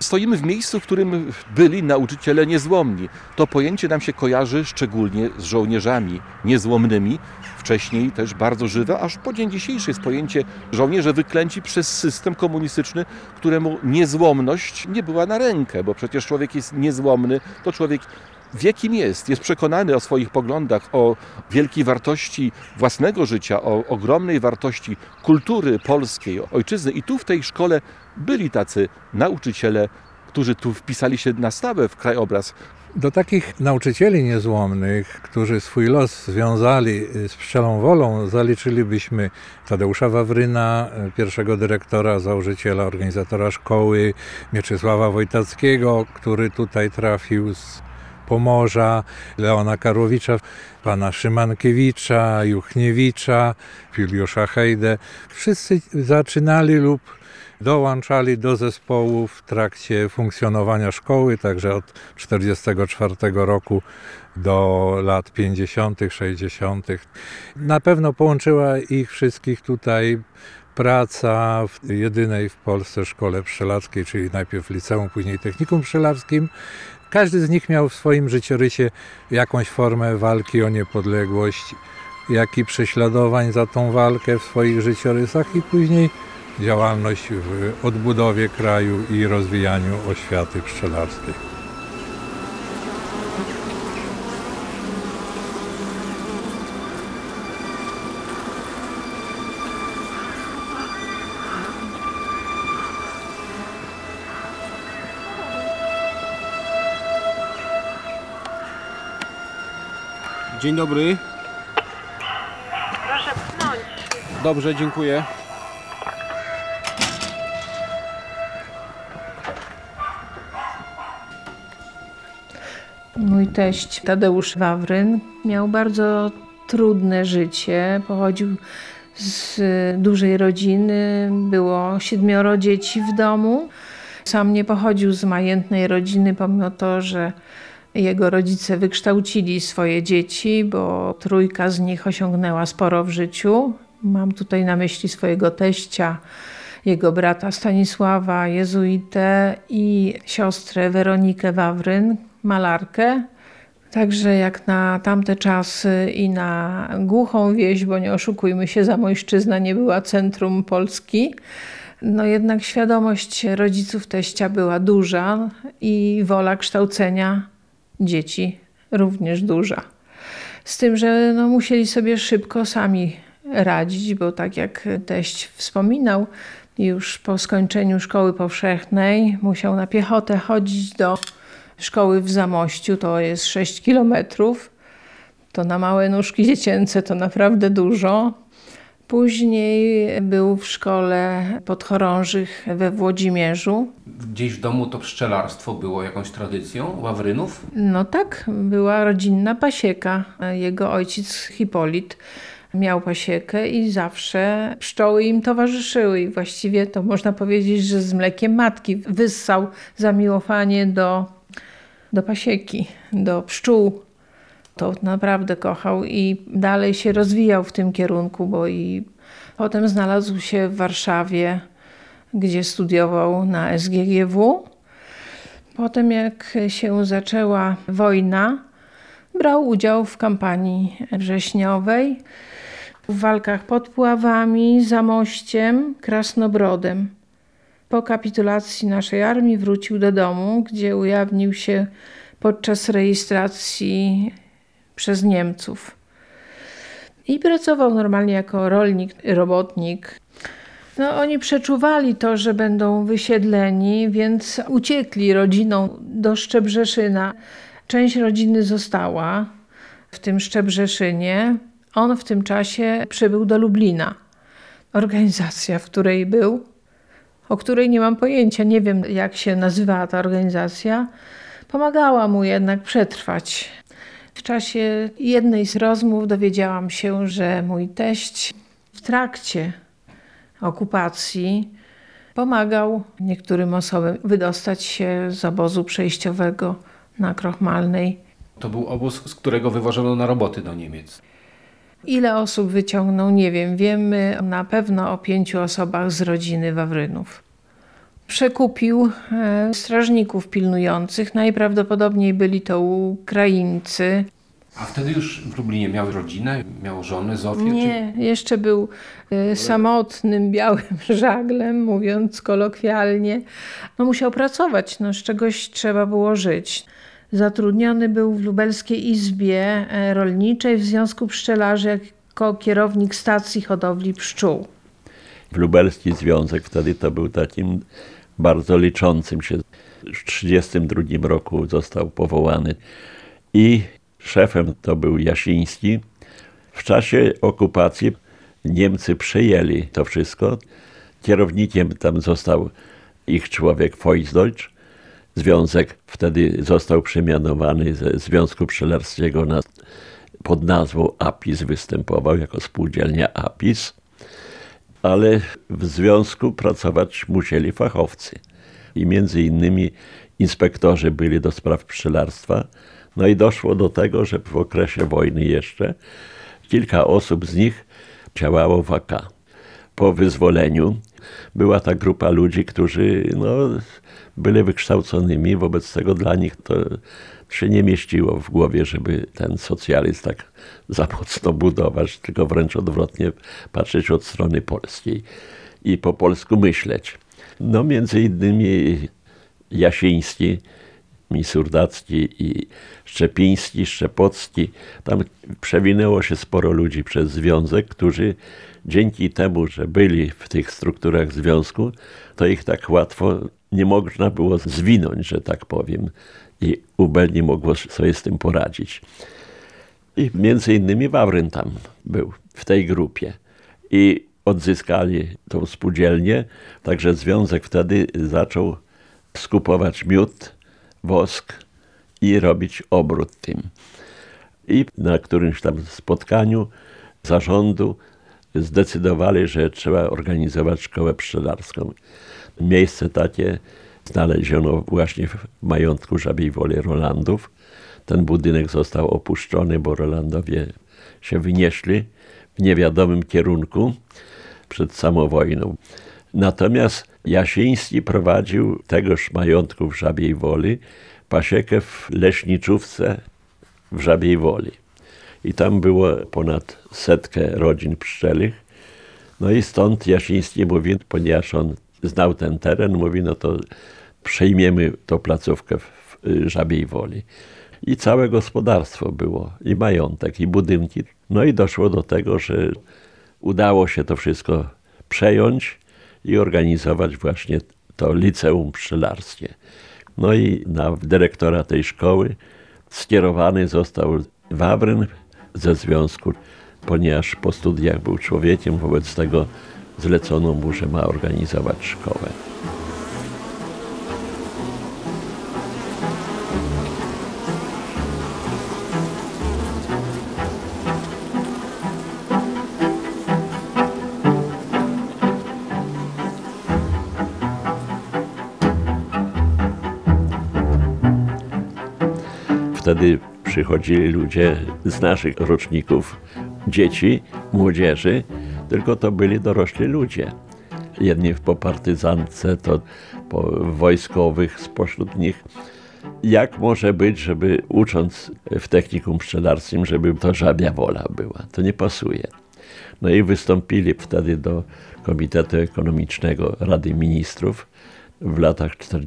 Stoimy w miejscu, w którym byli nauczyciele niezłomni. To pojęcie nam się kojarzy szczególnie z żołnierzami niezłomnymi. Wcześniej też bardzo żywe, aż po dzień dzisiejszy jest pojęcie żołnierze wyklęci przez system komunistyczny, któremu niezłomność nie była na rękę, bo przecież człowiek jest niezłomny, to człowiek wie kim jest przekonany o swoich poglądach, o wielkiej wartości własnego życia, o ogromnej wartości kultury polskiej, ojczyzny. I tu w tej szkole byli tacy nauczyciele, którzy tu wpisali się na stałe w krajobraz. Do takich nauczycieli niezłomnych, którzy swój los związali z pszczelą wolą, zaliczylibyśmy Tadeusza Wawryna, pierwszego dyrektora, założyciela, organizatora szkoły, Mieczysława Wojtackiego, który tutaj trafił z Pomorza, Leona Karłowicza, pana Szymankiewicza, Juchniewicza, Juliusza Hejdę. Wszyscy zaczynali lub dołączali do zespołu w trakcie funkcjonowania szkoły, także od 1944 roku do lat 50., 60. Na pewno połączyła ich wszystkich tutaj praca w jedynej w Polsce szkole pszczelarskiej, czyli najpierw liceum, później technikum pszczelarskim. Każdy z nich miał w swoim życiorysie jakąś formę walki o niepodległość, jak i prześladowań za tą walkę w swoich życiorysach i później działalność w odbudowie kraju i rozwijaniu oświaty pszczelarskiej. Dzień dobry. Proszę pchnąć. Dobrze, dziękuję. Mój teść Tadeusz Wawryn miał bardzo trudne życie. Pochodził z dużej rodziny, było 7 dzieci w domu. Sam nie pochodził z majętnej rodziny, pomimo to, że jego rodzice wykształcili swoje dzieci, bo 3 z nich osiągnęła sporo w życiu. Mam tutaj na myśli swojego teścia, jego brata Stanisława, jezuitę i siostrę Weronikę Wawryn, malarkę. Także jak na tamte czasy i na głuchą wieś, bo nie oszukujmy się, Zamojszczyzna nie była centrum Polski, no jednak świadomość rodziców teścia była duża i wola kształcenia dzieci również duża. Z tym, że musieli sobie szybko sami radzić, bo tak jak teść wspominał, już po skończeniu szkoły powszechnej musiał na piechotę chodzić do szkoły w Zamościu, to jest 6 kilometrów. To na małe nóżki dziecięce to naprawdę dużo. Później był w szkole podchorążych we Włodzimierzu. Gdzieś w domu to pszczelarstwo było jakąś tradycją Wawrynów? No tak, była rodzinna pasieka. Jego ojciec Hipolit miał pasiekę i zawsze pszczoły im towarzyszyły. I właściwie to można powiedzieć, że z mlekiem matki wyssał zamiłowanie do pasieki, do pszczół. To naprawdę kochał i dalej się rozwijał w tym kierunku, bo i potem znalazł się w Warszawie, gdzie studiował na SGGW. Potem jak się zaczęła wojna, brał udział w kampanii wrześniowej, w walkach pod Puławami, Zamościem, Krasnobrodem. Po kapitulacji naszej armii wrócił do domu, gdzie ujawnił się podczas rejestracji przez Niemców. I pracował normalnie jako rolnik, robotnik. Oni przeczuwali to, że będą wysiedleni, więc uciekli rodziną do Szczebrzeszyna. Część rodziny została w tym Szczebrzeszynie. On w tym czasie przybył do Lublina. Organizacja, w której był, o której nie mam pojęcia, nie wiem jak się nazywała ta organizacja, pomagała mu jednak przetrwać. W czasie jednej z rozmów dowiedziałam się, że mój teść w trakcie okupacji pomagał niektórym osobom wydostać się z obozu przejściowego na Krochmalnej. To był obóz, z którego wywożono na roboty do Niemiec. Ile osób wyciągnął, nie wiem. Wiemy na pewno o 5 osobach z rodziny Wawrynów. Przekupił strażników pilnujących. Najprawdopodobniej byli to Ukraińcy. A wtedy już w Lublinie miał rodzinę, miał żonę Zofię? Nie, jeszcze był samotnym, białym żaglem, mówiąc kolokwialnie. No, musiał pracować, z czegoś trzeba było żyć. Zatrudniony był w Lubelskiej Izbie Rolniczej w Związku Pszczelarzy jako kierownik stacji hodowli pszczół. W Lubelski Związek wtedy to był takim bardzo liczącym się. W 1932 roku został powołany i szefem to był Jasiński. W czasie okupacji Niemcy przejęli to wszystko. Kierownikiem tam został ich człowiek Voitsdeutsch. Związek wtedy został przemianowany ze Związku Pszczelarskiego pod nazwą APIS, występował jako spółdzielnia APIS. Ale w związku pracować musieli fachowcy. I między innymi inspektorzy byli do spraw pszczelarstwa. No i doszło do tego, że w okresie wojny jeszcze kilka osób z nich działało w AK. Po wyzwoleniu była ta grupa ludzi, którzy byli wykształconymi, wobec tego dla nich to się nie mieściło w głowie, żeby ten socjalizm tak za mocno budować, tylko wręcz odwrotnie patrzeć od strony polskiej i po polsku myśleć. Między innymi Jasiński, Surdacki i Szczepiński, Szczepocki. Tam przewinęło się sporo ludzi przez związek, którzy dzięki temu, że byli w tych strukturach związku, to ich tak łatwo nie można było zwinąć, że tak powiem. I UB nie mogło sobie z tym poradzić. I między innymi Wawryn tam był w tej grupie. I odzyskali tą spółdzielnię, także związek wtedy zaczął skupować miód, wosk i robić obrót tym. I na którymś tam spotkaniu zarządu zdecydowali, że trzeba organizować szkołę pszczelarską. Miejsce takie znaleziono właśnie w majątku Żabiej Woli Rolandów. Ten budynek został opuszczony, bo Rolandowie się wynieśli w niewiadomym kierunku przed samą wojną. Natomiast Jasiński prowadził tegoż majątku w Żabiej Woli pasiekę w leśniczówce w Żabiej Woli. I tam było ponad 100 rodzin pszczelich. I stąd Jasiński mówi, ponieważ on znał ten teren, mówi, to przejmiemy tą placówkę w Żabiej Woli. I całe gospodarstwo było, i majątek, i budynki. I doszło do tego, że udało się to wszystko przejąć i organizować właśnie to liceum pszczelarskie. I na dyrektora tej szkoły skierowany został Wawryn ze związku, ponieważ po studiach był człowiekiem, wobec tego zlecono mu, że ma organizować szkołę. Wtedy przychodzili ludzie z naszych roczników, dzieci, młodzieży, tylko to byli dorośli ludzie. Jedni po partyzance, to po wojskowych spośród nich. Jak może być, żeby ucząc w technikum pszczelarskim, żeby to Żabia Wola była? To nie pasuje. I wystąpili wtedy do Komitetu Ekonomicznego Rady Ministrów w latach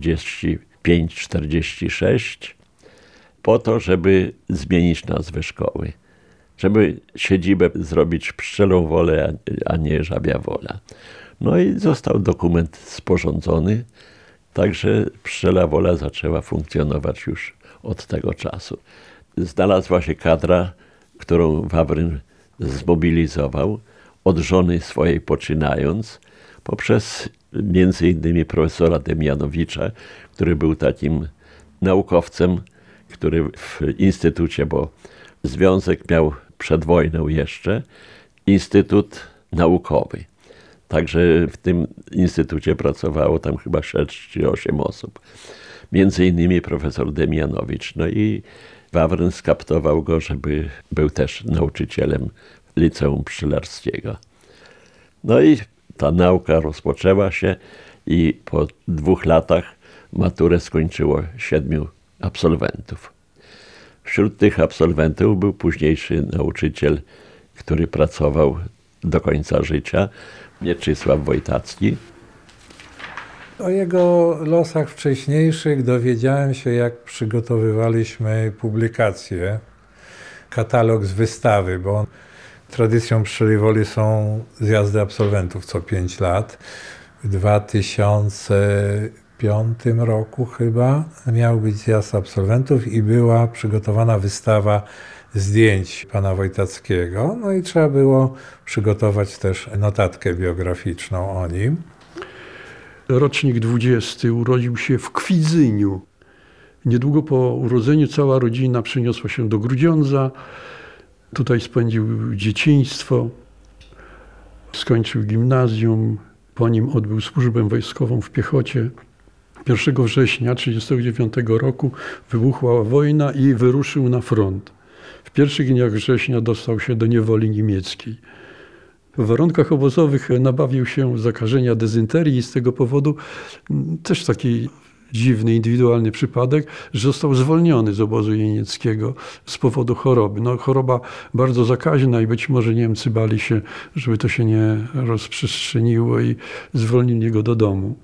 45-46 po to, żeby zmienić nazwę szkoły. Żeby siedzibę zrobić Pszczelą Wolę, a nie Żabia Wola. I został dokument sporządzony, także Pszczela Wola zaczęła funkcjonować już od tego czasu. Znalazła się kadra, którą Wawryn zmobilizował, od żony swojej poczynając, poprzez między innymi profesora Demianowicza, który był takim naukowcem, który w instytucie, bo związek miał przed wojną jeszcze instytut naukowy. Także w tym instytucie pracowało tam chyba 6 czy 8 osób. Między innymi profesor Demianowicz. I Wawryn skaptował go, żeby był też nauczycielem liceum pszczelarskiego. I ta nauka rozpoczęła się i po 2 latach maturę skończyło 7 absolwentów. Wśród tych absolwentów był późniejszy nauczyciel, który pracował do końca życia, Mieczysław Wojtacki. O jego losach wcześniejszych dowiedziałem się, jak przygotowywaliśmy publikację, katalog z wystawy, bo tradycją Pszczeli Woli są zjazdy absolwentów co 5 lat. W 2005 roku chyba miał być zjazd absolwentów i była przygotowana wystawa zdjęć pana Wojtackiego. No i trzeba było przygotować też notatkę biograficzną o nim. Rocznik 20 urodził się w Kwidzyniu. Niedługo po urodzeniu cała rodzina przeniosła się do Grudziądza. Tutaj spędził dzieciństwo. Skończył gimnazjum. Po nim odbył służbę wojskową w piechocie. 1 września 1939 roku wybuchła wojna i wyruszył na front. W pierwszych dniach września dostał się do niewoli niemieckiej. W warunkach obozowych nabawił się zakażenia dezynterii i z tego powodu też taki dziwny, indywidualny przypadek, że został zwolniony z obozu jenieckiego z powodu choroby. No, choroba bardzo zakaźna i być może Niemcy bali się, żeby to się nie rozprzestrzeniło i zwolnili go do domu.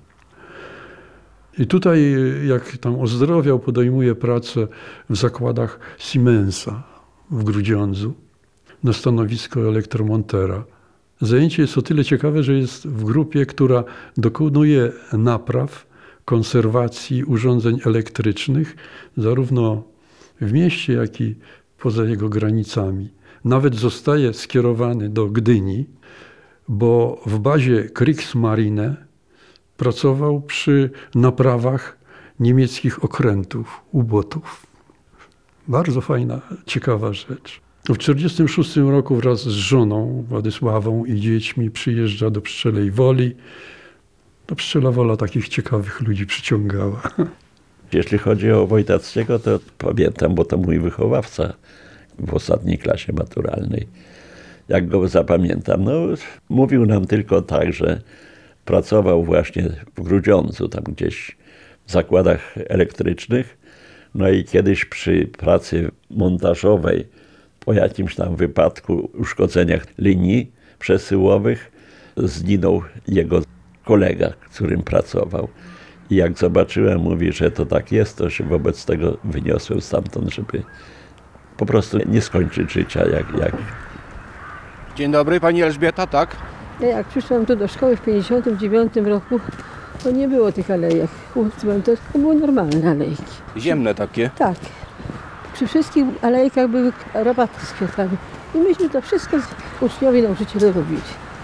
I tutaj, jak tam ozdrowiał, podejmuje pracę w zakładach Siemensa w Grudziądzu na stanowisko elektromontera. Zajęcie jest o tyle ciekawe, że jest w grupie, która dokonuje napraw, konserwacji urządzeń elektrycznych, zarówno w mieście, jak i poza jego granicami. Nawet zostaje skierowany do Gdyni, bo w bazie Kriegsmarine pracował przy naprawach niemieckich okrętów, ubotów. Bardzo fajna, ciekawa rzecz. W 1946 roku wraz z żoną Władysławą i dziećmi przyjeżdża do Pszczelej Woli. No, Pszczela Wola takich ciekawych ludzi przyciągała. Jeśli chodzi o Wojtackiego, to pamiętam, bo to mój wychowawca w ostatniej klasie maturalnej. Jak go zapamiętam, no mówił nam tylko tak, że pracował właśnie w Grudziądzu, tam gdzieś w zakładach elektrycznych. No i kiedyś przy pracy montażowej, po jakimś tam wypadku, uszkodzeniach linii przesyłowych, zginął jego kolega, którym pracował. I jak zobaczyłem, mówi, że to tak jest, to się wobec tego wyniosłem stamtąd, żeby po prostu nie skończyć życia jak... Dzień dobry, pani Elżbieta, tak? Ja jak przyszłam tu do szkoły w 1959 roku, to nie było tych alejek. To były normalne alejki. Ziemne takie. Tak. Przy wszystkich alejkach były rabaty z kwiatami. I myśmy to wszystko uczniowie, nauczyciele robili.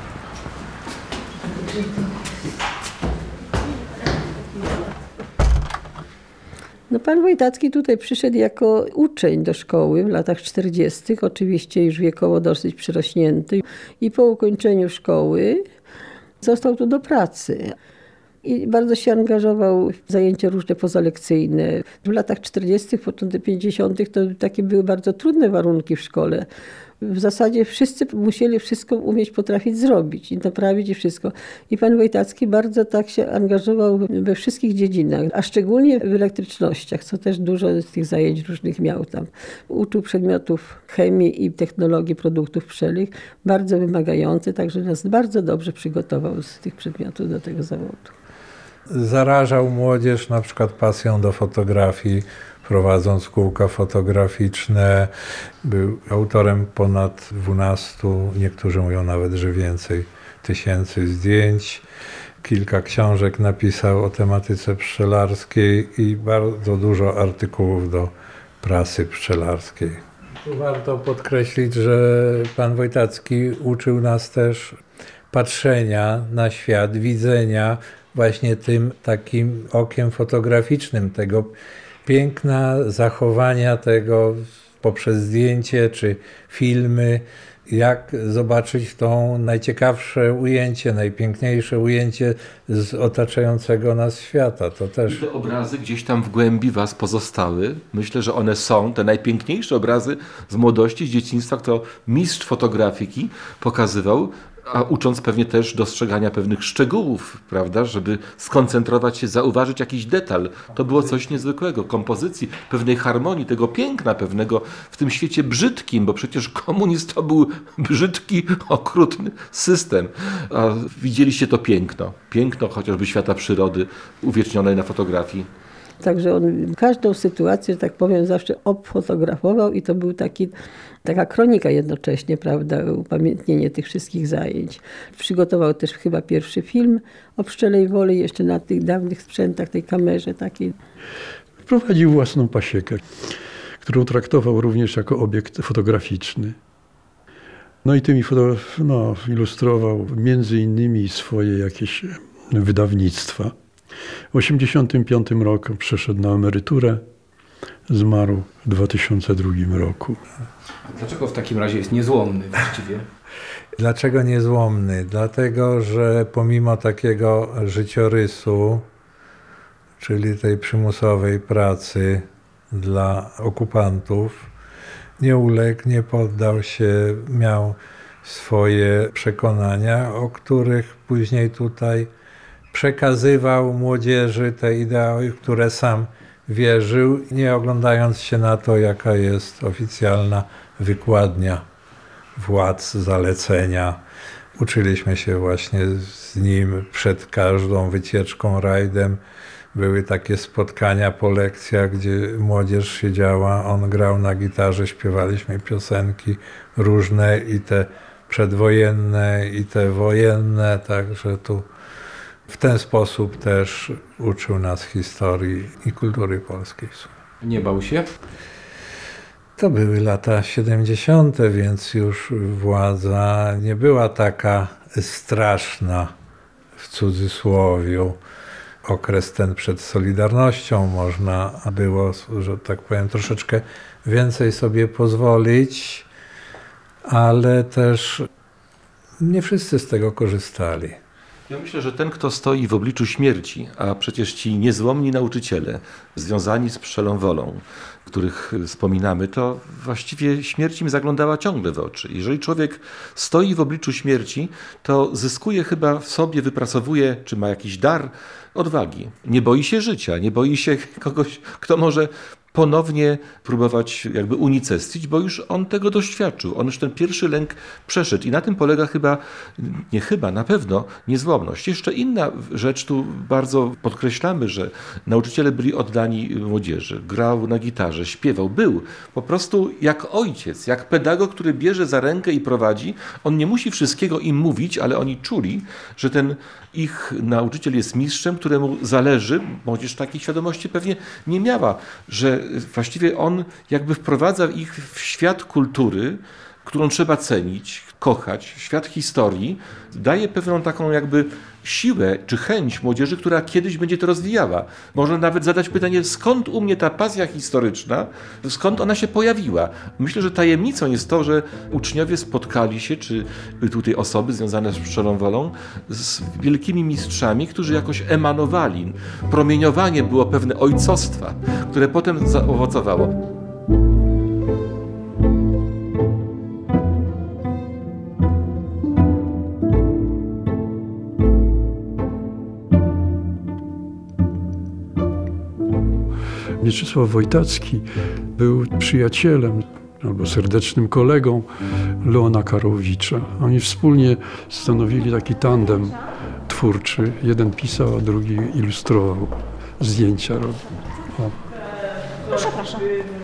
No, pan Wojtacki tutaj przyszedł jako uczeń do szkoły w latach 40., oczywiście już wiekowo dosyć przyrośnięty. I po ukończeniu szkoły został tu do pracy. I bardzo się angażował w zajęcia różne pozalekcyjne. W latach 40., początek 50. to takie były bardzo trudne warunki w szkole. W zasadzie wszyscy musieli wszystko umieć, potrafić zrobić i naprawić i wszystko. I pan Wojtacki bardzo tak się angażował we wszystkich dziedzinach, a szczególnie w elektrycznościach, co też dużo z tych zajęć różnych miał tam. Uczył przedmiotów chemii i technologii produktów pszczelich, bardzo wymagające, także nas bardzo dobrze przygotował z tych przedmiotów do tego zawodu. Zarażał młodzież na przykład pasją do fotografii, prowadząc kółka fotograficzne. Był autorem ponad 12, niektórzy mówią nawet, że więcej, 1000 zdjęć. Kilka książek napisał o tematyce pszczelarskiej i bardzo dużo artykułów do prasy pszczelarskiej. Tu warto podkreślić, że pan Wojtacki uczył nas też patrzenia na świat, widzenia właśnie tym takim okiem fotograficznym, tego piękna, zachowania tego poprzez zdjęcie czy filmy, jak zobaczyć to najciekawsze ujęcie, najpiękniejsze ujęcie z otaczającego nas świata. To też... Te obrazy gdzieś tam w głębi was pozostały. Myślę, że one są, te najpiękniejsze obrazy z młodości, z dzieciństwa, kto mistrz fotografiki pokazywał, a ucząc pewnie też dostrzegania pewnych szczegółów, prawda, żeby skoncentrować się, zauważyć jakiś detal. To było coś niezwykłego, kompozycji, pewnej harmonii, tego piękna pewnego w tym świecie brzydkim, bo przecież komunizm to był brzydki, okrutny system. A widzieliście to piękno chociażby świata przyrody uwiecznionej na fotografii. Także on każdą sytuację, że tak powiem, zawsze obfotografował i to był taka kronika jednocześnie, prawda, upamiętnienie tych wszystkich zajęć. Przygotował też chyba pierwszy film o Pszczelej Woli, jeszcze na tych dawnych sprzętach, tej kamerze takiej. Prowadził własną pasiekę, którą traktował również jako obiekt fotograficzny. No i tymi ilustrował między innymi swoje jakieś wydawnictwa. W 1985 roku przeszedł na emeryturę, zmarł w 2002 roku. Dlaczego w takim razie jest niezłomny właściwie? Dlaczego niezłomny? Dlatego, że pomimo takiego życiorysu, czyli tej przymusowej pracy dla okupantów, nie uległ, nie poddał się, miał swoje przekonania, o których później tutaj przekazywał młodzieży te ideały, w które sam wierzył, nie oglądając się na to, jaka jest oficjalna wykładnia władz, zalecenia. Uczyliśmy się właśnie z nim przed każdą wycieczką, rajdem. Były takie spotkania po lekcjach, gdzie młodzież siedziała, on grał na gitarze, śpiewaliśmy piosenki różne i te przedwojenne, i te wojenne, także tu w ten sposób też uczył nas historii i kultury polskiej. Nie bał się? To były lata 70., więc już władza nie była taka straszna, w cudzysłowiu. Okres ten przed Solidarnością można było, że tak powiem, troszeczkę więcej sobie pozwolić, ale też nie wszyscy z tego korzystali. Ja myślę, że ten, kto stoi w obliczu śmierci, a przecież ci niezłomni nauczyciele związani z Pszczelą Wolą, których wspominamy, to właściwie śmierć im zaglądała ciągle w oczy. Jeżeli człowiek stoi w obliczu śmierci, to zyskuje chyba w sobie, wypracowuje, czy ma jakiś dar odwagi. Nie boi się życia, nie boi się kogoś, kto może ponownie próbować jakby unicestwić, bo już on tego doświadczył. On już ten pierwszy lęk przeszedł i na tym polega na pewno niezłomność. Jeszcze inna rzecz, tu bardzo podkreślamy, że nauczyciele byli oddani młodzieży. Grał na gitarze, śpiewał, był po prostu jak ojciec, jak pedagog, który bierze za rękę i prowadzi. On nie musi wszystkiego im mówić, ale oni czuli, że ten ich nauczyciel jest mistrzem, któremu zależy. Młodzież takiej świadomości pewnie nie miała, że właściwie on jakby wprowadza ich w świat kultury, którą trzeba cenić, kochać, świat historii, daje pewną taką jakby siłę czy chęć młodzieży, która kiedyś będzie to rozwijała. Można nawet zadać pytanie, skąd u mnie ta pasja historyczna, skąd ona się pojawiła. Myślę, że tajemnicą jest to, że uczniowie spotkali się, czy tutaj osoby związane z Pszczelą Wolą, z wielkimi mistrzami, którzy jakoś emanowali. Promieniowanie było pewne ojcostwa, które potem zaowocowało. Mieczysław Wojtacki był przyjacielem albo serdecznym kolegą Leona Karłowicza. Oni wspólnie stanowili taki tandem twórczy. Jeden pisał, a drugi ilustrował. Zdjęcia robił. Proszę.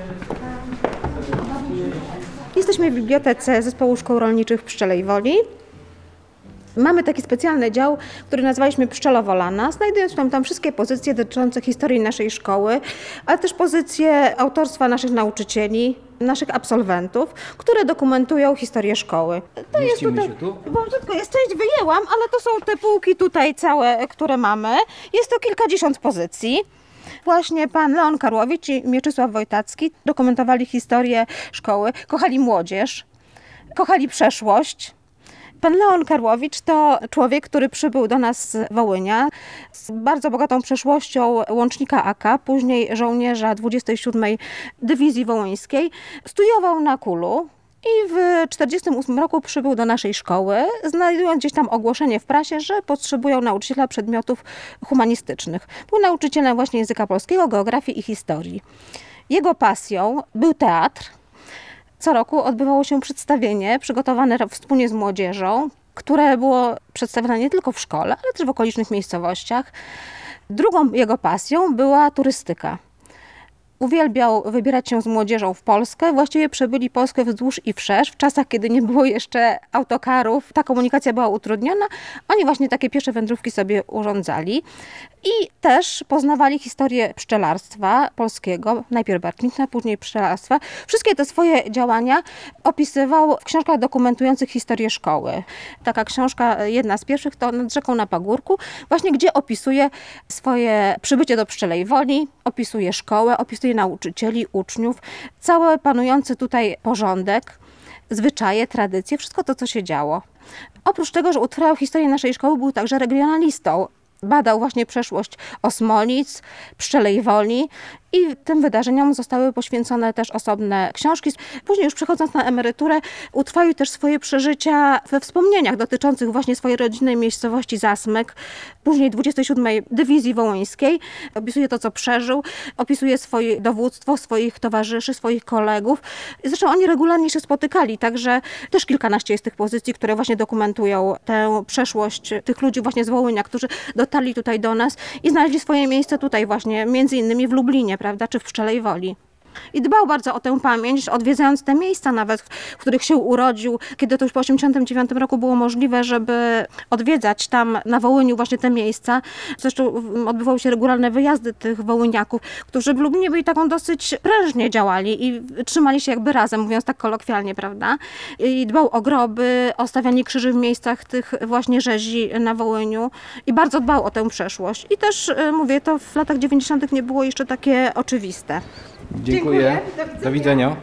Jesteśmy w bibliotece Zespołu Szkół Rolniczych w Pszczelej Woli. Mamy taki specjalny dział, który nazwaliśmy Pszczelowolana. Znajdują się tam wszystkie pozycje dotyczące historii naszej szkoły, ale też pozycje autorstwa naszych nauczycieli, naszych absolwentów, które dokumentują historię szkoły. To jest tutaj, wątutko jest, część wyjęłam, ale to są te półki tutaj całe, które mamy. Jest to kilkadziesiąt pozycji. Właśnie pan Leon Karłowicz i Mieczysław Wojtacki dokumentowali historię szkoły, kochali młodzież, kochali przeszłość. Pan Leon Karłowicz to człowiek, który przybył do nas z Wołynia z bardzo bogatą przeszłością łącznika AK, później żołnierza 27. Dywizji Wołyńskiej. Studiował na KUL-u i w 1948 roku przybył do naszej szkoły, znajdując gdzieś tam ogłoszenie w prasie, że potrzebują nauczyciela przedmiotów humanistycznych. Był nauczycielem właśnie języka polskiego, geografii i historii. Jego pasją był teatr. Co roku odbywało się przedstawienie przygotowane wspólnie z młodzieżą, które było przedstawione nie tylko w szkole, ale też w okolicznych miejscowościach. Drugą jego pasją była turystyka. Uwielbiał wybierać się z młodzieżą w Polskę. Właściwie przebyli Polskę wzdłuż i wszerz. W czasach, kiedy nie było jeszcze autokarów, ta komunikacja była utrudniona. Oni właśnie takie piesze wędrówki sobie urządzali. I też poznawali historię pszczelarstwa polskiego, najpierw bartnictwa, później pszczelarstwa. Wszystkie te swoje działania opisywał w książkach dokumentujących historię szkoły. Taka książka, jedna z pierwszych, to Nad rzeką na pagórku, właśnie gdzie opisuje swoje przybycie do Pszczelej Woli, opisuje szkołę, opisuje nauczycieli, uczniów, cały panujący tutaj porządek, zwyczaje, tradycje, wszystko to, co się działo. Oprócz tego, że utwarzał historię naszej szkoły, był także regionalistą. Badał właśnie przeszłość Osmolic, Pszczelej Woli i tym wydarzeniom zostały poświęcone też osobne książki. Później już przechodząc na emeryturę utrwalił też swoje przeżycia we wspomnieniach dotyczących właśnie swojej rodzinnej miejscowości Zasmyk, później 27. Dywizji Wołyńskiej. Opisuje to, co przeżył, opisuje swoje dowództwo, swoich towarzyszy, swoich kolegów. Zresztą oni regularnie się spotykali, także też kilkanaście jest tych pozycji, które właśnie dokumentują tę przeszłość tych ludzi właśnie z Wołynia, którzy dotarli tutaj do nas i znaleźli swoje miejsce tutaj właśnie, między innymi w Lublinie, prawda, czy w Pszczelej Woli. I dbał bardzo o tę pamięć, odwiedzając te miejsca nawet, w których się urodził, kiedy to już po 1989 roku było możliwe, żeby odwiedzać tam na Wołyniu właśnie te miejsca. Zresztą odbywały się regularne wyjazdy tych wołyniaków, którzy w Lublinie byli taką dosyć prężnie działali i trzymali się jakby razem, mówiąc tak kolokwialnie, prawda? I dbał o groby, o stawianie krzyży w miejscach tych właśnie rzezi na Wołyniu i bardzo dbał o tę przeszłość. I też, mówię, to w latach 90. nie było jeszcze takie oczywiste. Dziękuję. Do widzenia.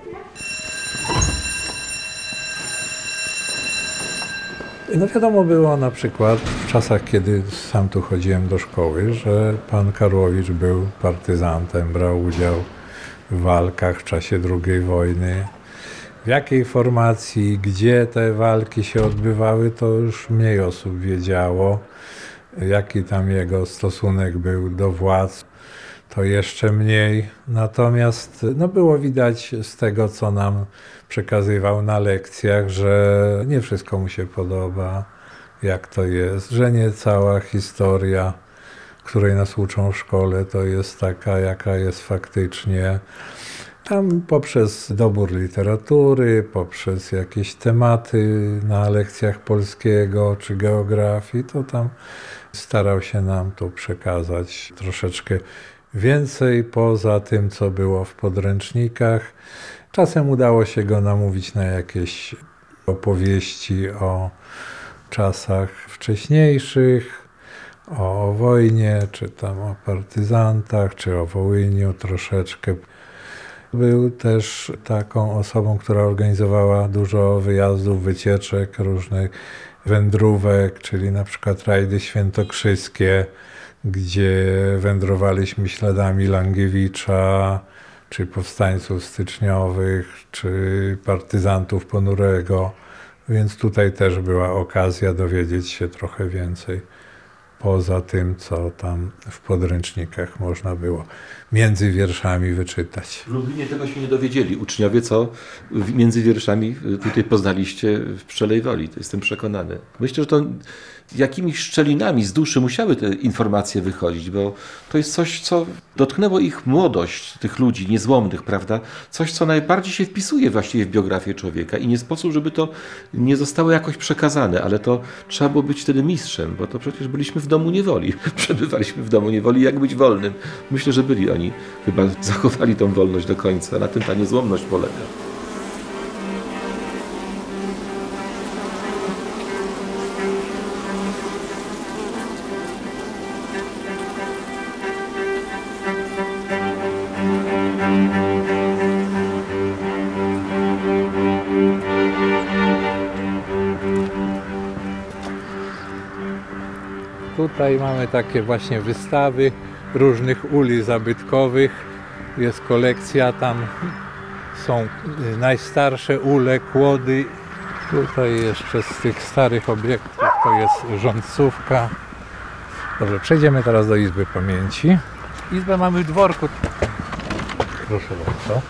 No wiadomo było na przykład w czasach, kiedy sam tu chodziłem do szkoły, że pan Karłowicz był partyzantem, brał udział w walkach w czasie II wojny. W jakiej formacji, gdzie te walki się odbywały, to już mniej osób wiedziało. Jaki tam jego stosunek był do władz, to jeszcze mniej. Natomiast no było widać z tego, co nam przekazywał na lekcjach, że nie wszystko mu się podoba, jak to jest, że nie cała historia, której nas uczą w szkole, to jest taka, jaka jest faktycznie. Tam poprzez dobór literatury, poprzez jakieś tematy na lekcjach polskiego czy geografii, to tam starał się nam tu przekazać troszeczkę więcej poza tym, co było w podręcznikach. Czasem udało się go namówić na jakieś opowieści o czasach wcześniejszych, o wojnie, czy tam o partyzantach, czy o Wołyniu troszeczkę. Był też taką osobą, która organizowała dużo wyjazdów, wycieczek, różnych wędrówek, czyli na przykład rajdy świętokrzyskie, gdzie wędrowaliśmy śladami Langiewicza, czy powstańców styczniowych, czy partyzantów Ponurego. Więc tutaj też była okazja dowiedzieć się trochę więcej poza tym, co tam w podręcznikach można było między wierszami wyczytać. W Lublinie tego się nie dowiedzieli uczniowie, co między wierszami tutaj poznaliście w Pszczelej Woli. To jestem przekonany. Myślę, że to jakimiś szczelinami z duszy musiały te informacje wychodzić, bo to jest coś, co dotknęło ich młodość, tych ludzi niezłomnych, prawda? Coś, co najbardziej się wpisuje właściwie w biografię człowieka i nie sposób, żeby to nie zostało jakoś przekazane, ale to trzeba było być wtedy mistrzem, bo to przecież byliśmy w domu niewoli. Przebywaliśmy w domu niewoli, jak być wolnym. Myślę, że byli oni. Chyba zachowali tą wolność do końca. Na tym ta niezłomność polega. Tutaj mamy takie właśnie wystawy różnych uli zabytkowych. Jest kolekcja tam są najstarsze ule, kłody. Tutaj jeszcze z tych starych obiektów to jest rządcówka. Dobrze, przejdziemy teraz do Izby Pamięci. Izbę mamy w dworku. Proszę bardzo.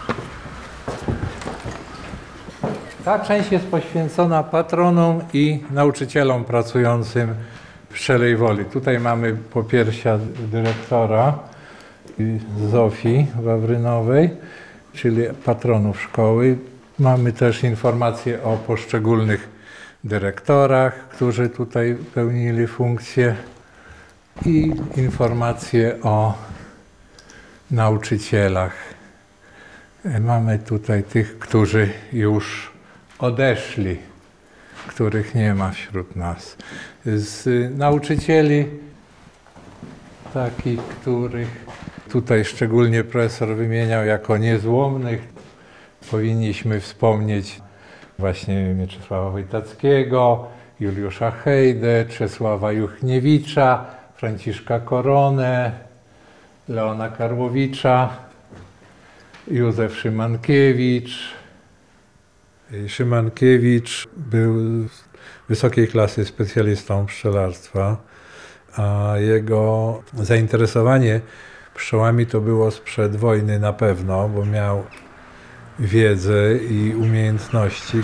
Ta część jest poświęcona patronom i nauczycielom pracującym w Pszczelej Woli. Tutaj mamy popiersia dyrektora Zofii Wawrynowej, czyli patronów szkoły. Mamy też informacje o poszczególnych dyrektorach, którzy tutaj pełnili funkcje i informacje o nauczycielach. Mamy tutaj tych, którzy już odeszli, których nie ma wśród nas. Z nauczycieli takich, których tutaj szczególnie profesor wymieniał jako niezłomnych, powinniśmy wspomnieć właśnie Mieczysława Wojtackiego, Juliusza Hejdę, Czesława Juchniewicza, Franciszka Koronę, Leona Karłowicza, Józef Szymankiewicz. Szymankiewicz był wysokiej klasy specjalistą pszczelarstwa, a jego zainteresowanie pszczołami to było sprzed wojny na pewno, bo miał wiedzę i umiejętności.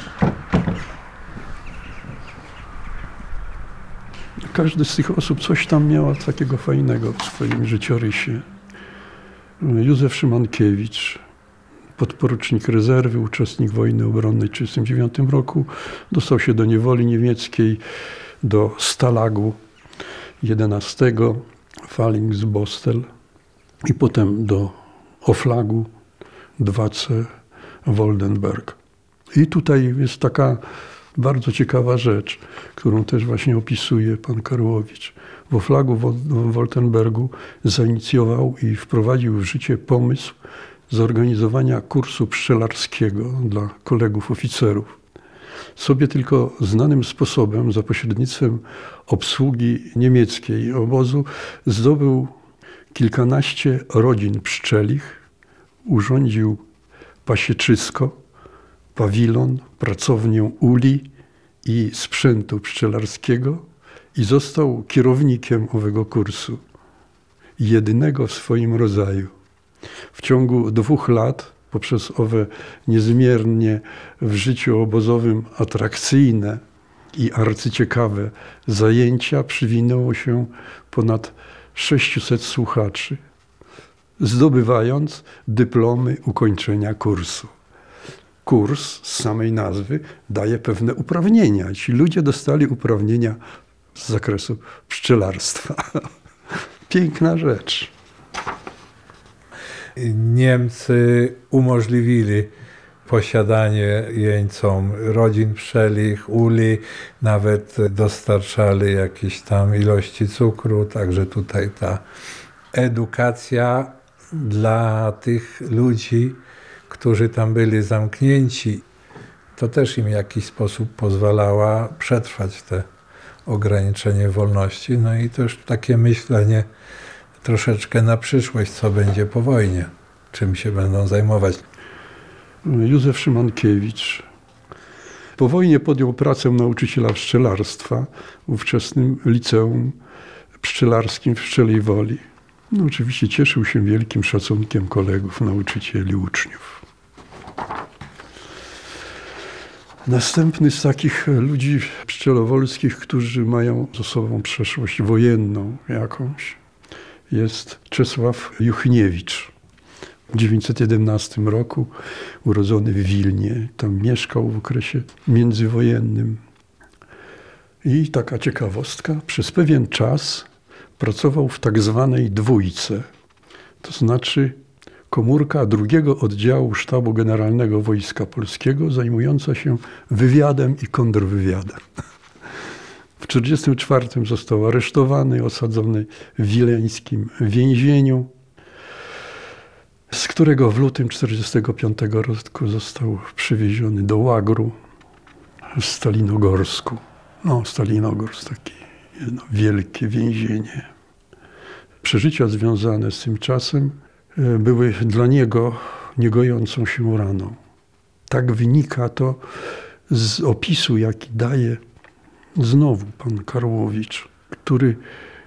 Każdy z tych osób coś tam miała takiego fajnego w swoim życiorysie. Józef Szymankiewicz, podporucznik rezerwy, uczestnik wojny obronnej w 1939 roku, dostał się do niewoli niemieckiej, do Stalagu 11, Fallingsbostel i potem do Oflagu 2C Woldenberg. I tutaj jest taka bardzo ciekawa rzecz, którą też właśnie opisuje pan Karłowicz. W Oflagu w Woldenbergu zainicjował i wprowadził w życie pomysł zorganizowania kursu pszczelarskiego dla kolegów oficerów. Sobie tylko znanym sposobem, za pośrednictwem obsługi niemieckiej obozu, zdobył kilkanaście rodzin pszczelich, urządził pasieczysko, pawilon, pracownię uli i sprzętu pszczelarskiego i został kierownikiem owego kursu, jedynego w swoim rodzaju. W ciągu 2 lat, poprzez owe niezmiernie w życiu obozowym atrakcyjne i arcyciekawe zajęcia, przywinęło się ponad 600 słuchaczy, zdobywając dyplomy ukończenia kursu. Kurs z samej nazwy daje pewne uprawnienia. Ci ludzie dostali uprawnienia z zakresu pszczelarstwa. Piękna rzecz. Niemcy umożliwili posiadanie jeńcom rodzin pszczelich, uli, nawet dostarczali jakieś tam ilości cukru, także tutaj ta edukacja dla tych ludzi, którzy tam byli zamknięci, to też im w jakiś sposób pozwalała przetrwać te ograniczenie wolności. No i też takie myślenie troszeczkę na przyszłość, co będzie po wojnie, czym się będą zajmować. Józef Szymankiewicz po wojnie podjął pracę nauczyciela pszczelarstwa w ówczesnym liceum pszczelarskim w Pszczelej Woli. No, oczywiście cieszył się wielkim szacunkiem kolegów, nauczycieli, uczniów. Następny z takich ludzi pszczelowolskich, którzy mają za sobą przeszłość wojenną jakąś, jest Czesław Juchniewicz. W 1911 roku urodzony w Wilnie, tam mieszkał w okresie międzywojennym. I taka ciekawostka, przez pewien czas pracował w tak zwanej dwójce, to znaczy komórka 2 oddziału Sztabu Generalnego Wojska Polskiego zajmująca się wywiadem i kontrwywiadem. W 1944 został aresztowany, osadzony w wileńskim więzieniu, z którego w lutym 1945 roku został przywieziony do łagru w Stalinogorsku. No, Stalinogorsk, takie jedno wielkie więzienie. Przeżycia związane z tym czasem były dla niego niegojącą się raną. Tak wynika to z opisu, jaki daje znowu pan Karłowicz, który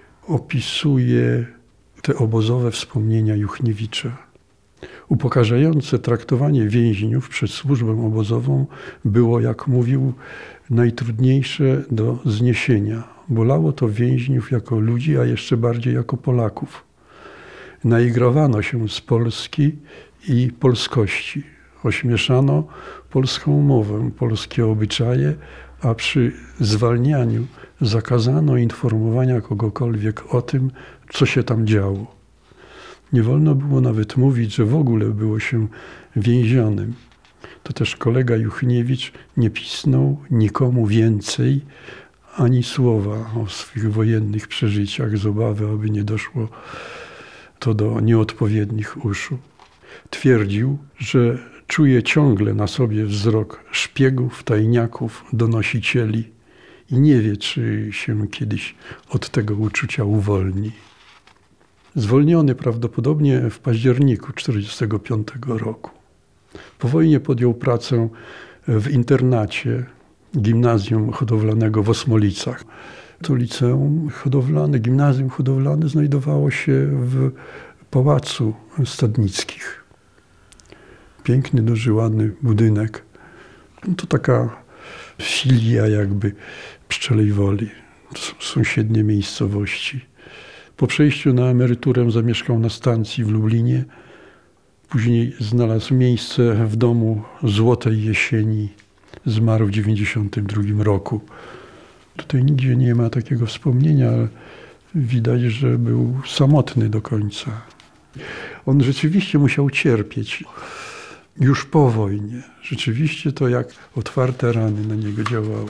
opisuje te obozowe wspomnienia Juchniewicza. Upokarzające traktowanie więźniów przez służbę obozową było, jak mówił, najtrudniejsze do zniesienia. Bolało to więźniów jako ludzi, a jeszcze bardziej jako Polaków. Naigrawano się z Polski i polskości. Ośmieszano polską mowę, polskie obyczaje, a przy zwalnianiu zakazano informowania kogokolwiek o tym, co się tam działo. Nie wolno było nawet mówić, że w ogóle było się więzionym. To też kolega Juchniewicz nie pisnął nikomu więcej ani słowa o swych wojennych przeżyciach z obawy, aby nie doszło to do nieodpowiednich uszu. Twierdził, że czuje ciągle na sobie wzrok szpiegów, tajniaków, donosicieli i nie wie, czy się kiedyś od tego uczucia uwolni. Zwolniony prawdopodobnie w październiku 1945 roku. Po wojnie podjął pracę w internacie gimnazjum hodowlanego w Osmolicach. To liceum hodowlane, gimnazjum hodowlane znajdowało się w Pałacu Stadnickich. Piękny, duży, ładny budynek. To taka filia jakby Pszczelej Woli, sąsiednie miejscowości. Po przejściu na emeryturę zamieszkał na stacji w Lublinie. Później znalazł miejsce w domu Złotej Jesieni. Zmarł w 1992 roku. Tutaj nigdzie nie ma takiego wspomnienia, ale widać, że był samotny do końca. On rzeczywiście musiał cierpieć już po wojnie. Rzeczywiście to jak otwarte rany na niego działało.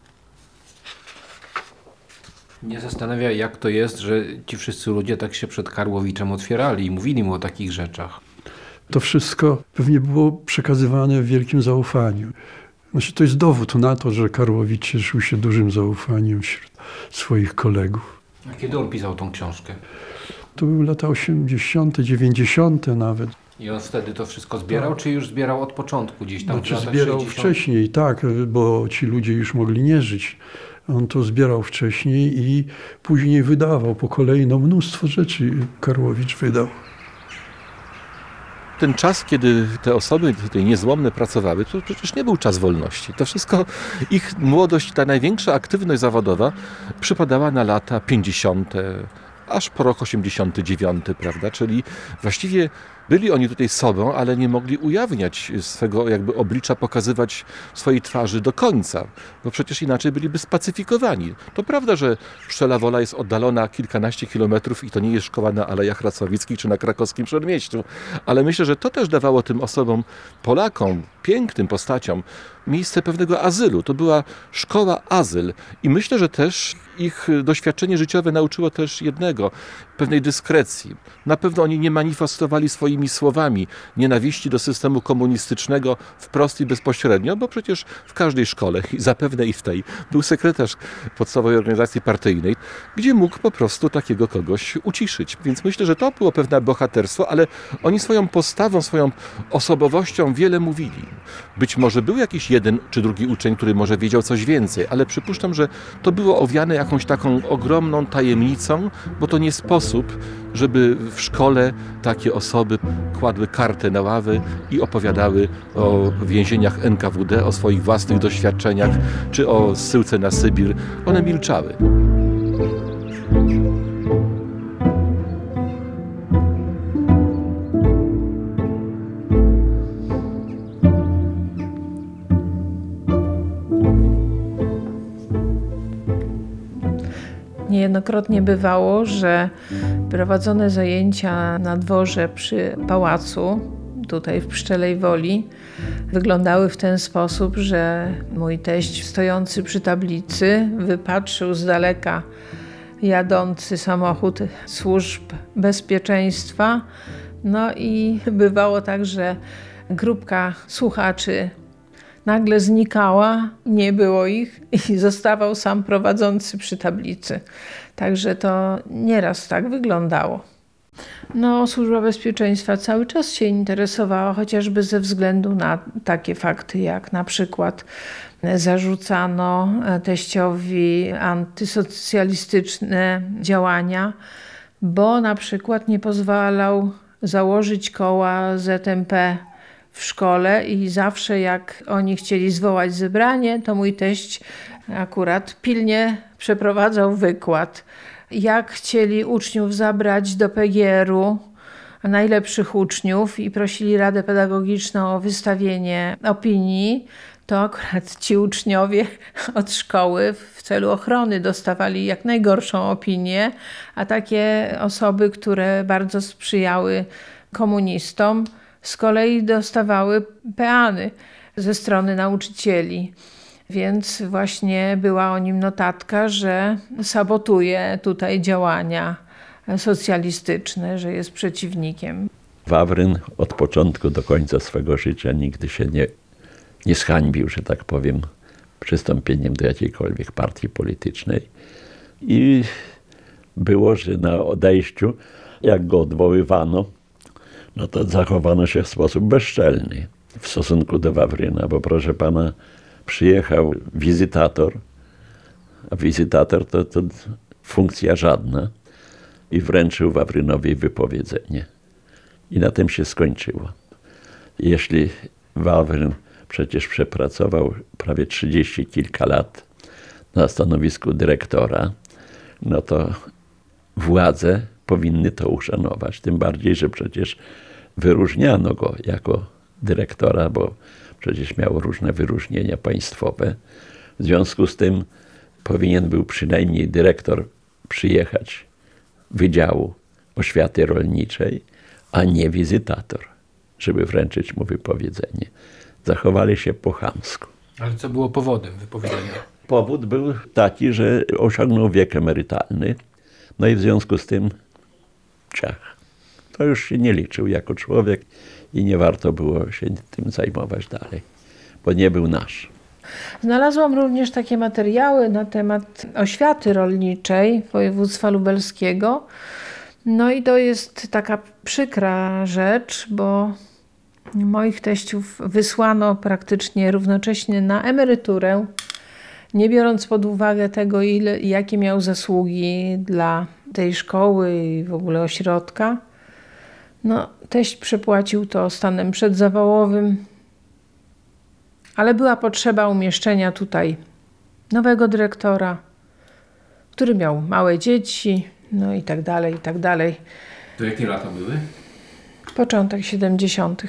Mnie zastanawia, jak to jest, że ci wszyscy ludzie tak się przed Karłowiczem otwierali i mówili mu o takich rzeczach. To wszystko pewnie było przekazywane w wielkim zaufaniu. Znaczy, to jest dowód na to, że Karłowicz cieszył się dużym zaufaniem wśród swoich kolegów. A kiedy on pisał tą książkę? To były lata 80., 90. nawet. I on wtedy to wszystko zbierał, czy już zbierał od początku gdzieś tam? Znaczy, zbierał wcześniej, tak, bo ci ludzie już mogli nie żyć. On to zbierał wcześniej i później wydawał po kolei. No, mnóstwo rzeczy Karłowicz wydał. Ten czas, kiedy te osoby tutaj niezłomne pracowały, to przecież nie był czas wolności. To wszystko, ich młodość, ta największa aktywność zawodowa przypadała na lata 50., aż po rok 89, prawda? Czyli właściwie byli oni tutaj sobą, ale nie mogli ujawniać swego jakby oblicza, pokazywać swojej twarzy do końca, bo przecież inaczej byliby spacyfikowani. To prawda, że Pszczela Wola jest oddalona kilkanaście kilometrów i to nie jest szkoła na Alejach Racowickich czy na krakowskim Przedmieściu, ale myślę, że to też dawało tym osobom, Polakom, pięknym postaciom, miejsce pewnego azylu. To była szkoła azyl i myślę, że też ich doświadczenie życiowe nauczyło też jednego, pewnej dyskrecji. Na pewno oni nie manifestowali swoimi słowami nienawiści do systemu komunistycznego wprost i bezpośrednio, bo przecież w każdej szkole, i zapewne i w tej, był sekretarz podstawowej organizacji partyjnej, gdzie mógł po prostu takiego kogoś uciszyć. Więc myślę, że to było pewne bohaterstwo, ale oni swoją postawą, swoją osobowością wiele mówili. Być może był jakiś jeden czy drugi uczeń, który może wiedział coś więcej, ale przypuszczam, że to było owiane jakąś taką ogromną tajemnicą, bo to nie sposób, żeby w szkole takie osoby kładły kartę na ławę i opowiadały o więzieniach NKWD, o swoich własnych doświadczeniach, czy o zsyłce na Sybir. One milczały. Niejednokrotnie bywało, że prowadzone zajęcia na dworze przy pałacu, tutaj w Pszczelej Woli, wyglądały w ten sposób, że mój teść stojący przy tablicy wypatrzył z daleka jadący samochód służb bezpieczeństwa. No i bywało tak, że grupka słuchaczy nagle znikała, nie było ich i zostawał sam prowadzący przy tablicy. Także to nieraz tak wyglądało. No, Służba Bezpieczeństwa cały czas się interesowała, chociażby ze względu na takie fakty, jak na przykład zarzucano teściowi antysocjalistyczne działania, bo na przykład nie pozwalał założyć koła ZMP w szkole i zawsze jak oni chcieli zwołać zebranie, to mój teść akurat pilnie przeprowadzał wykład. Jak chcieli uczniów zabrać do PGR-u, najlepszych uczniów, i prosili Radę Pedagogiczną o wystawienie opinii, to akurat ci uczniowie od szkoły w celu ochrony dostawali jak najgorszą opinię, a takie osoby, które bardzo sprzyjały komunistom, z kolei dostawały peany ze strony nauczycieli. Więc właśnie była o nim notatka, że sabotuje tutaj działania socjalistyczne, że jest przeciwnikiem. Wawryn od początku do końca swego życia nigdy się nie zhańbił, że tak powiem, przystąpieniem do jakiejkolwiek partii politycznej. I było, że na odejściu, jak go odwoływano, no to zachowano się w sposób bezczelny w stosunku do Wawryna, bo proszę pana, przyjechał wizytator, a wizytator to funkcja żadna, i wręczył Wawrynowi wypowiedzenie. I na tym się skończyło. Jeśli Wawryn przecież przepracował prawie 30 kilka lat na stanowisku dyrektora, no to władze powinny to uszanować. Tym bardziej, że przecież wyróżniano go jako dyrektora, bo przecież miał różne wyróżnienia państwowe. W związku z tym powinien był przynajmniej dyrektor przyjechać Wydziału Oświaty Rolniczej, a nie wizytator, żeby wręczyć mu wypowiedzenie. Zachowali się po chamsku. Ale co było powodem wypowiedzenia? Powód był taki, że osiągnął wiek emerytalny, no i w związku z tym to już się nie liczył jako człowiek i nie warto było się tym zajmować dalej, bo nie był nasz. Znalazłam również takie materiały na temat oświaty rolniczej województwa lubelskiego. No i to jest taka przykra rzecz, bo moich teściów wysłano praktycznie równocześnie na emeryturę, nie biorąc pod uwagę tego, jakie miał zasługi dla tej szkoły i w ogóle ośrodka. No, teść przepłacił to stanem przedzawałowym, ale była potrzeba umieszczenia tutaj nowego dyrektora, który miał małe dzieci, no i tak dalej, i tak dalej. To jakie lata były? Początek 70.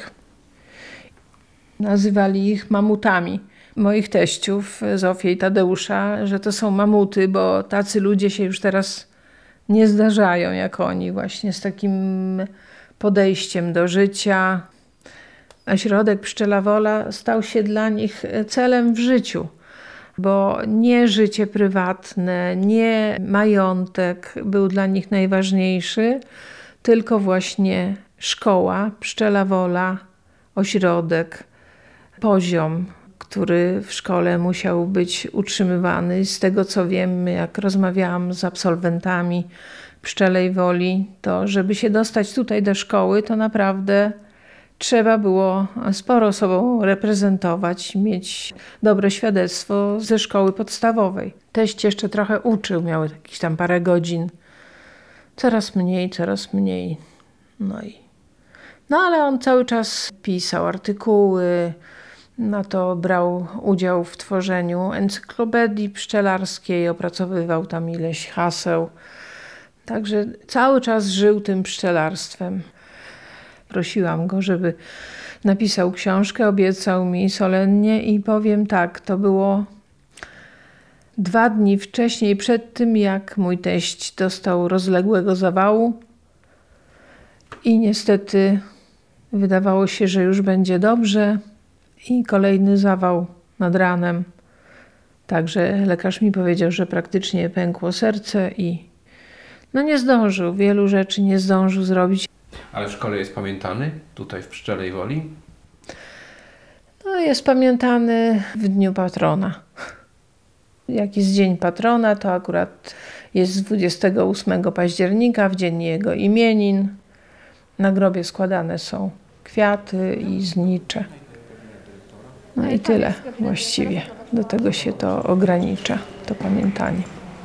Nazywali ich mamutami. Moich teściów, Zofię i Tadeusza, że to są mamuty, bo tacy ludzie się już teraz nie zdarzają jak oni, właśnie z takim podejściem do życia. Ośrodek Pszczela Wola stał się dla nich celem w życiu, bo nie życie prywatne, nie majątek był dla nich najważniejszy, tylko właśnie szkoła, Pszczela Wola, ośrodek, poziom, który w szkole musiał być utrzymywany. Z tego co wiem, jak rozmawiałam z absolwentami Pszczelej Woli, to żeby się dostać tutaj do szkoły, to naprawdę trzeba było sporo sobą reprezentować, mieć dobre świadectwo ze szkoły podstawowej. Teść jeszcze trochę uczył, miał jakieś tam parę godzin. Coraz mniej. No ale on cały czas pisał artykuły, no to brał udział w tworzeniu encyklopedii pszczelarskiej, opracowywał tam ileś haseł. Także cały czas żył tym pszczelarstwem. Prosiłam go, żeby napisał książkę, obiecał mi solennie i powiem tak, to było 2 dni wcześniej, przed tym jak mój teść dostał rozległego zawału i niestety wydawało się, że już będzie dobrze i kolejny zawał nad ranem. Także lekarz mi powiedział, że praktycznie pękło serce i nie zdążył, wielu rzeczy nie zdążył zrobić. Ale w szkole jest pamiętany? Tutaj w Pszczelej Woli? Jest pamiętany w dniu patrona. Jak jest dzień patrona, to akurat jest 28 października, w dzień jego imienin. Na grobie składane są kwiaty i znicze. No i tyle właściwie. Do tego się to ogranicza, to pamiętanie.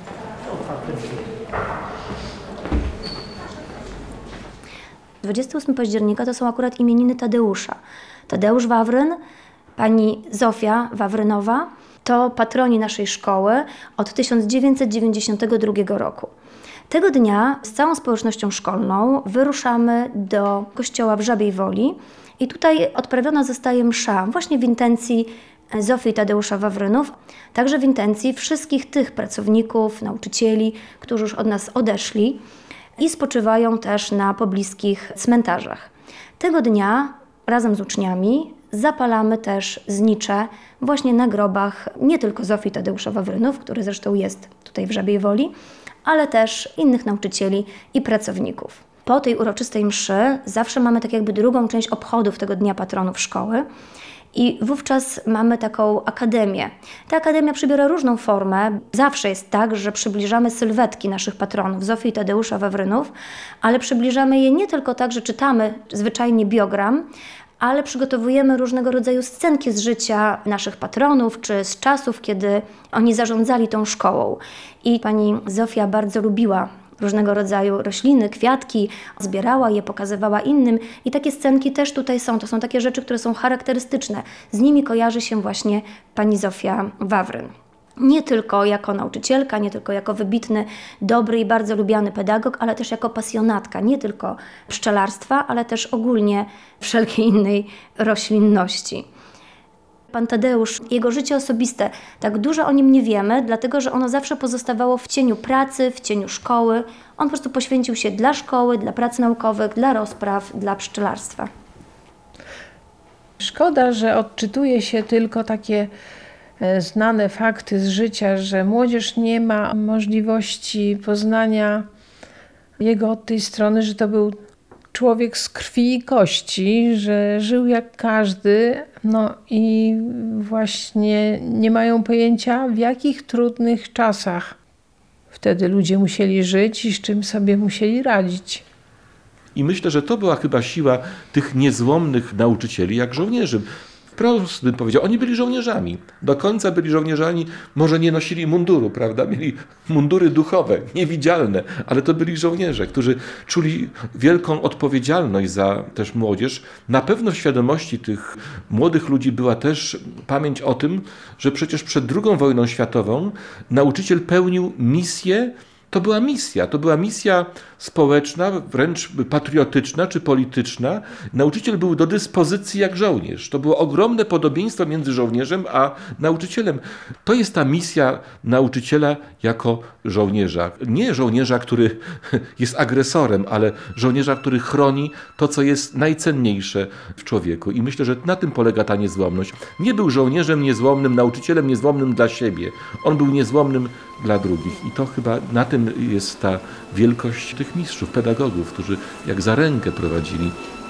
Yy, 28 października to są akurat imieniny Tadeusza. Tadeusz Wawryn, pani Zofia Wawrynowa to patroni naszej szkoły od 1992 roku. Tego dnia z całą społecznością szkolną wyruszamy do kościoła w Żabiej Woli i tutaj odprawiona zostaje msza właśnie w intencji Zofii i Tadeusza Wawrynów, także w intencji wszystkich tych pracowników, nauczycieli, którzy już od nas odeszli i spoczywają też na pobliskich cmentarzach. Tego dnia razem z uczniami zapalamy też znicze właśnie na grobach nie tylko Zofii i Tadeusza Wawrynów, który zresztą jest tutaj w Żabiej Woli, ale też innych nauczycieli i pracowników. Po tej uroczystej mszy zawsze mamy tak jakby drugą część obchodów tego Dnia Patronów Szkoły i wówczas mamy taką akademię. Ta akademia przybiera różną formę. Zawsze jest tak, że przybliżamy sylwetki naszych patronów, Zofii i Tadeusza Wawrynów, ale przybliżamy je nie tylko tak, że czytamy zwyczajnie biogram, ale przygotowujemy różnego rodzaju scenki z życia naszych patronów, czy z czasów, kiedy oni zarządzali tą szkołą. I pani Zofia bardzo lubiła różnego rodzaju rośliny, kwiatki, zbierała je, pokazywała innym i takie scenki też tutaj są. To są takie rzeczy, które są charakterystyczne. Z nimi kojarzy się właśnie pani Zofia Wawryn. Nie tylko jako nauczycielka, nie tylko jako wybitny, dobry i bardzo lubiany pedagog, ale też jako pasjonatka, nie tylko pszczelarstwa, ale też ogólnie wszelkiej innej roślinności. Pan Tadeusz, jego życie osobiste, tak dużo o nim nie wiemy, dlatego że ono zawsze pozostawało w cieniu pracy, w cieniu szkoły. On po prostu poświęcił się dla szkoły, dla prac naukowych, dla rozpraw, dla pszczelarstwa. Szkoda, że odczytuje się tylko takie znane fakty z życia, że młodzież nie ma możliwości poznania jego od tej strony, że to był człowiek z krwi i kości, że żył jak każdy, no i właśnie nie mają pojęcia, w jakich trudnych czasach wtedy ludzie musieli żyć i z czym sobie musieli radzić. I myślę, że to była chyba siła tych niezłomnych nauczycieli, jak żołnierzy. Wprost bym powiedział, oni byli żołnierzami. Do końca byli żołnierzami, może nie nosili munduru, prawda? Mieli mundury duchowe, niewidzialne, ale to byli żołnierze, którzy czuli wielką odpowiedzialność za też młodzież. Na pewno w świadomości tych młodych ludzi była też pamięć o tym, że przecież przed II wojną światową nauczyciel pełnił misję. To była misja społeczna, wręcz patriotyczna czy polityczna. Nauczyciel był do dyspozycji jak żołnierz. To było ogromne podobieństwo między żołnierzem a nauczycielem. To jest ta misja nauczyciela jako żołnierza. Nie żołnierza, który jest agresorem, ale żołnierza, który chroni to, co jest najcenniejsze w człowieku. I myślę, że na tym polega ta niezłomność. Nie był żołnierzem niezłomnym, nauczycielem niezłomnym dla siebie. On był niezłomnym dla drugich. I to chyba na tym jest ta wielkość tych mistrzów, pedagogów, którzy jak za rękę prowadzili